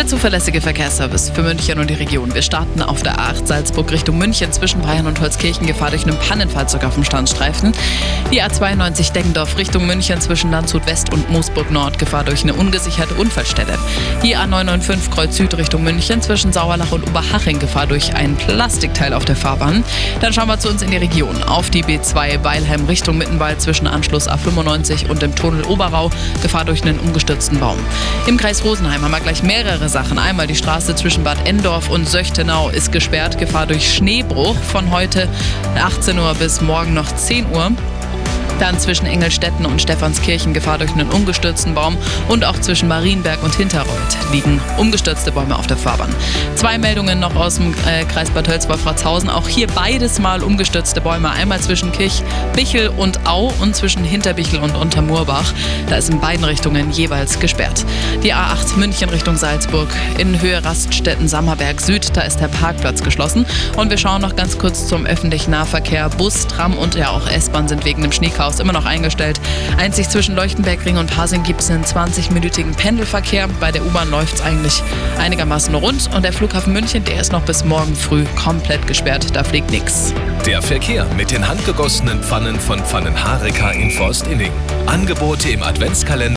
Der zuverlässige Verkehrsservice für München und die Region. Wir starten auf der A8 Salzburg Richtung München zwischen Bayern und Holzkirchen. Gefahr durch einen Pannenfahrzeug auf dem Standstreifen. Die A92 Deggendorf Richtung München zwischen Landshut West und Moosburg Nord. Gefahr durch eine ungesicherte Unfallstelle. Die A995 Kreuz Süd Richtung München zwischen Sauerlach und Oberhaching. Gefahr durch ein Plastikteil auf der Fahrbahn. Dann schauen wir zu uns in die Region. Auf die B2 Weilheim Richtung Mittenwald zwischen Anschluss A95 und dem Tunnel Oberrau. Gefahr durch einen umgestürzten Baum. Im Kreis Rosenheim haben wir gleich mehrere Sachen. Einmal die Straße zwischen Bad Endorf und Söchtenau ist gesperrt. Gefahr durch Schneebruch von heute 18 Uhr bis morgen noch 10 Uhr. Dann zwischen Engelstetten und Stephanskirchen Gefahr durch einen umgestürzten Baum und auch zwischen Marienberg und Hinterreuth liegen umgestürzte Bäume auf der Fahrbahn. 2 Meldungen noch aus dem Kreis Bad Tölz-Wolfratshausen. Auch hier beides mal umgestürzte Bäume. Einmal zwischen Kirchbichel und Au und zwischen Hinterbichel und Untermurbach. Da ist in beiden Richtungen jeweils gesperrt. Die A8 München Richtung Salzburg in Höhe Raststätten-Sammerberg Süd. Da ist der Parkplatz geschlossen. Und wir schauen noch ganz kurz zum öffentlichen Nahverkehr. Bus, Tram und ja auch S-Bahn sind wegen dem Schneechaos immer noch eingestellt. Einzig zwischen Leuchtenbergring und Pasing gibt es einen 20-minütigen Pendelverkehr. Bei der U-Bahn läuft es eigentlich einigermaßen rund. Und der Flughafen München, der ist noch bis morgen früh komplett gesperrt. Da fliegt nichts. Der Verkehr mit den handgegossenen Pfannen von Pfannenhareka in Forst-Inning. Angebote im Adventskalender.